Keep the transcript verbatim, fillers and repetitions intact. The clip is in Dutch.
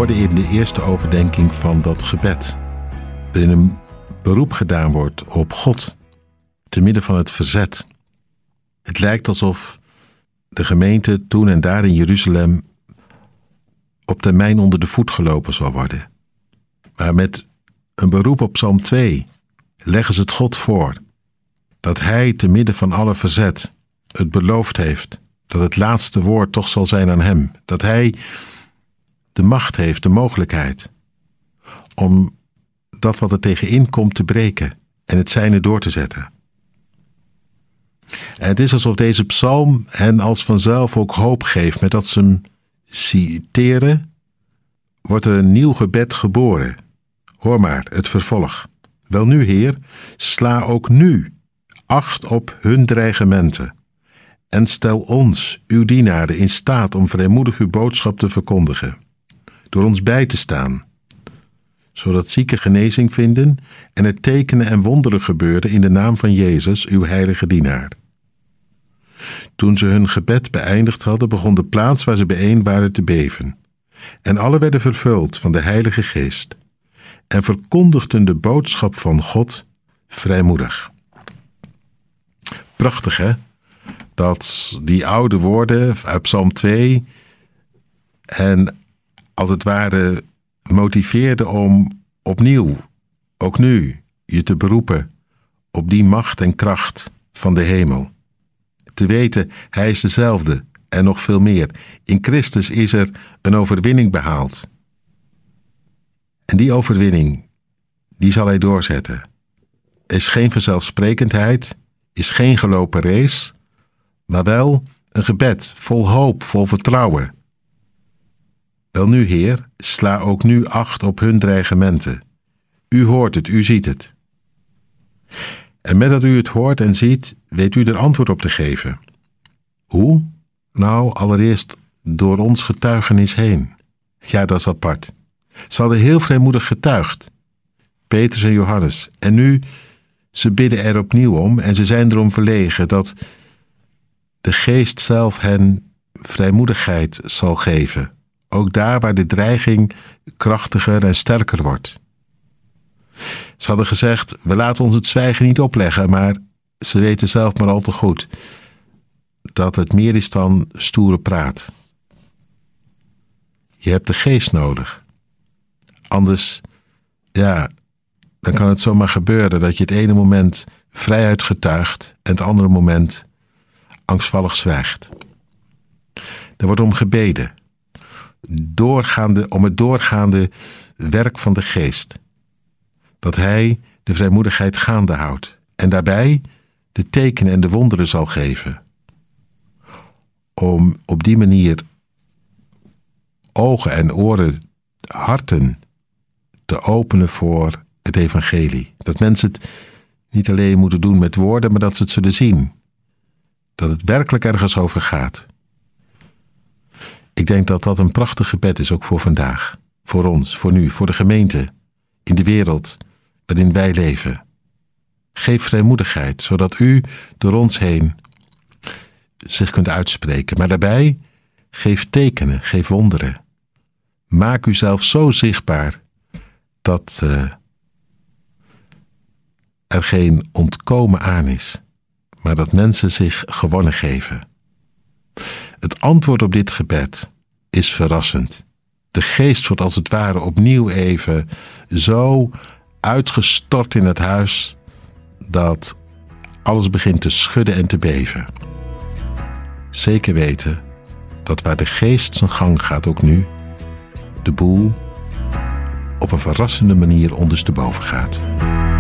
hoorde in de eerste overdenking van dat gebed, waarin een beroep gedaan wordt op God, te midden van het verzet. Het lijkt alsof de gemeente toen en daar in Jeruzalem op termijn onder de voet gelopen zal worden. Maar met een beroep op Psalm twee leggen ze het God voor dat hij te midden van alle verzet het beloofd heeft dat het laatste woord toch zal zijn aan hem. Dat hij de macht heeft, de mogelijkheid om dat wat er tegenin komt te breken en het zijne door te zetten. En het is alsof deze psalm hen als vanzelf ook hoop geeft. Met dat ze hem citeren, wordt er een nieuw gebed geboren. Hoor maar, het vervolg. Welnu, Heer, sla ook nu acht op hun dreigementen. En stel ons, uw dienaren, in staat om vrijmoedig uw boodschap te verkondigen. Door ons bij te staan, zodat zieken genezing vinden en er tekenen en wonderen gebeuren in de naam van Jezus, uw heilige dienaar. Toen ze hun gebed beëindigd hadden, begon de plaats waar ze bijeen waren te beven. En alle werden vervuld van de Heilige Geest en verkondigden de boodschap van God vrijmoedig. Prachtig, hè? Dat die oude woorden uit Psalm twee en als het ware motiveerden om opnieuw, ook nu, je te beroepen op die macht en kracht van de hemel. Te weten, hij is dezelfde en nog veel meer. In Christus is er een overwinning behaald. En die overwinning, die zal hij doorzetten. Er is geen vanzelfsprekendheid, is geen gelopen race, maar wel een gebed vol hoop, vol vertrouwen. Welnu, Heer, sla ook nu acht op hun dreigementen. U hoort het, u ziet het. En met dat u het hoort en ziet, weet u er antwoord op te geven. Hoe? Nou, allereerst door ons getuigenis heen. Ja, dat is apart. Ze hadden heel vrijmoedig getuigd. Petrus en Johannes. En nu, ze bidden er opnieuw om en ze zijn erom verlegen dat de Geest zelf hen vrijmoedigheid zal geven. Ook daar waar de dreiging krachtiger en sterker wordt. Ze hadden gezegd, we laten ons het zwijgen niet opleggen, maar ze weten zelf maar al te goed dat het meer is dan stoere praat. Je hebt de Geest nodig. Anders, ja, dan kan het zomaar gebeuren dat je het ene moment vrijuit getuigt en het andere moment angstvallig zwijgt. Er wordt om gebeden. Doorgaande, om het doorgaande werk van de Geest. Dat hij de vrijmoedigheid gaande houdt en daarbij de tekenen en de wonderen zal geven. Om op die manier ogen en oren, harten te openen voor het evangelie. Dat mensen het niet alleen moeten doen met woorden, maar dat ze het zullen zien. Dat het werkelijk ergens over gaat. Ik denk dat dat een prachtig gebed is, ook voor vandaag. Voor ons, voor nu, voor de gemeente, in de wereld waarin wij leven. Geef vrijmoedigheid, zodat u door ons heen zich kunt uitspreken. Maar daarbij, geef tekenen, geef wonderen. Maak uzelf zo zichtbaar dat uh, er geen ontkomen aan is, maar dat mensen zich gewonnen geven. Het antwoord op dit gebed is verrassend. De Geest wordt als het ware opnieuw even zo uitgestort in het huis dat alles begint te schudden en te beven. Zeker weten dat waar de Geest zijn gang gaat ook nu, de boel op een verrassende manier ondersteboven gaat.